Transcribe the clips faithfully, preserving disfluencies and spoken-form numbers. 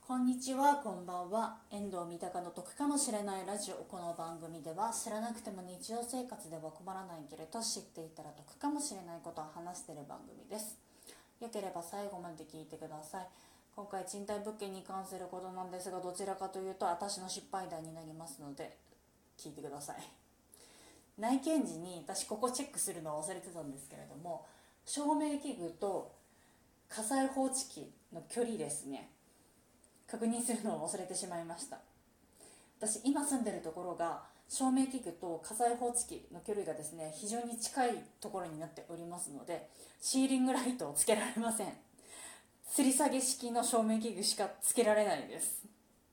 こんにちは、こんばんは。遠藤三鷹の得かもしれないラジオ。この番組では知らなくても日常生活では困らないけれど知っていたら得かもしれないことを話している番組です。よければ最後まで聞いてください。今回賃貸物件に関することなんですが、どちらかというと私の失敗談になりますので聞いてください。内見時に私ここチェックするのを忘れてたんですけれども、照明器具と火災報知器の距離ですね、確認するのを忘れてしまいました。私今住んでるところが照明器具と火災報知器の距離がですね非常に近いところになっておりますので、シーリングライトをつけられません。吊り下げ式の照明器具しかつけられないです。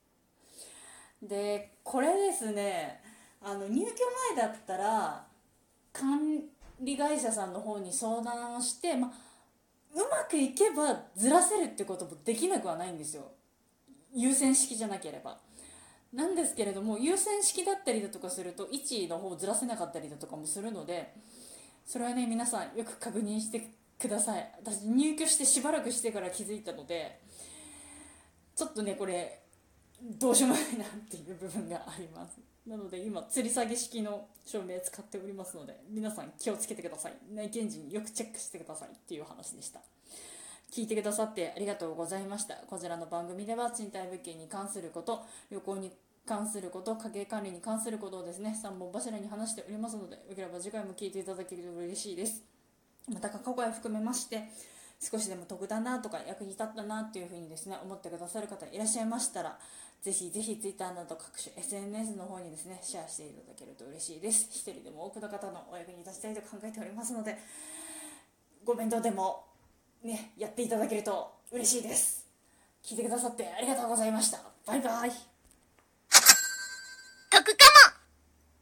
でこれですね、あの入居前だったら管理会社さんの方に相談をして、ま、うまくいけばずらせるってこともできなくはないんですよ、優先式じゃなければ。なんですけれども、優先式だったりだとかすると位置の方をずらせなかったりだとかもするので、それはね皆さんよく確認してください。私入居してしばらくしてから気づいたので、ちょっとねこれどうしようもないなっていう部分があります。なので今吊り下げ式の照明使っておりますので、皆さん気をつけてください。内見時によくチェックしてくださいっていう話でした。聞いてくださってありがとうございました。こちらの番組では賃貸物件に関すること、旅行に関すること、家計管理に関することをですねさんぼん柱に話しておりますので、よければ次回も聞いていただけると嬉しいです。また過去回含めまして少しでも得だなとか役に立ったなっていうふうにですね思ってくださる方いらっしゃいましたら、ぜひぜひ Twitter など各種 エスエヌエス の方にですねシェアしていただけると嬉しいです。一人でも多くの方のお役に立ちたいと考えておりますので、ご面倒でもねやっていただけると嬉しいです。聞いてくださってありがとうございました。バイバイ。 得かも。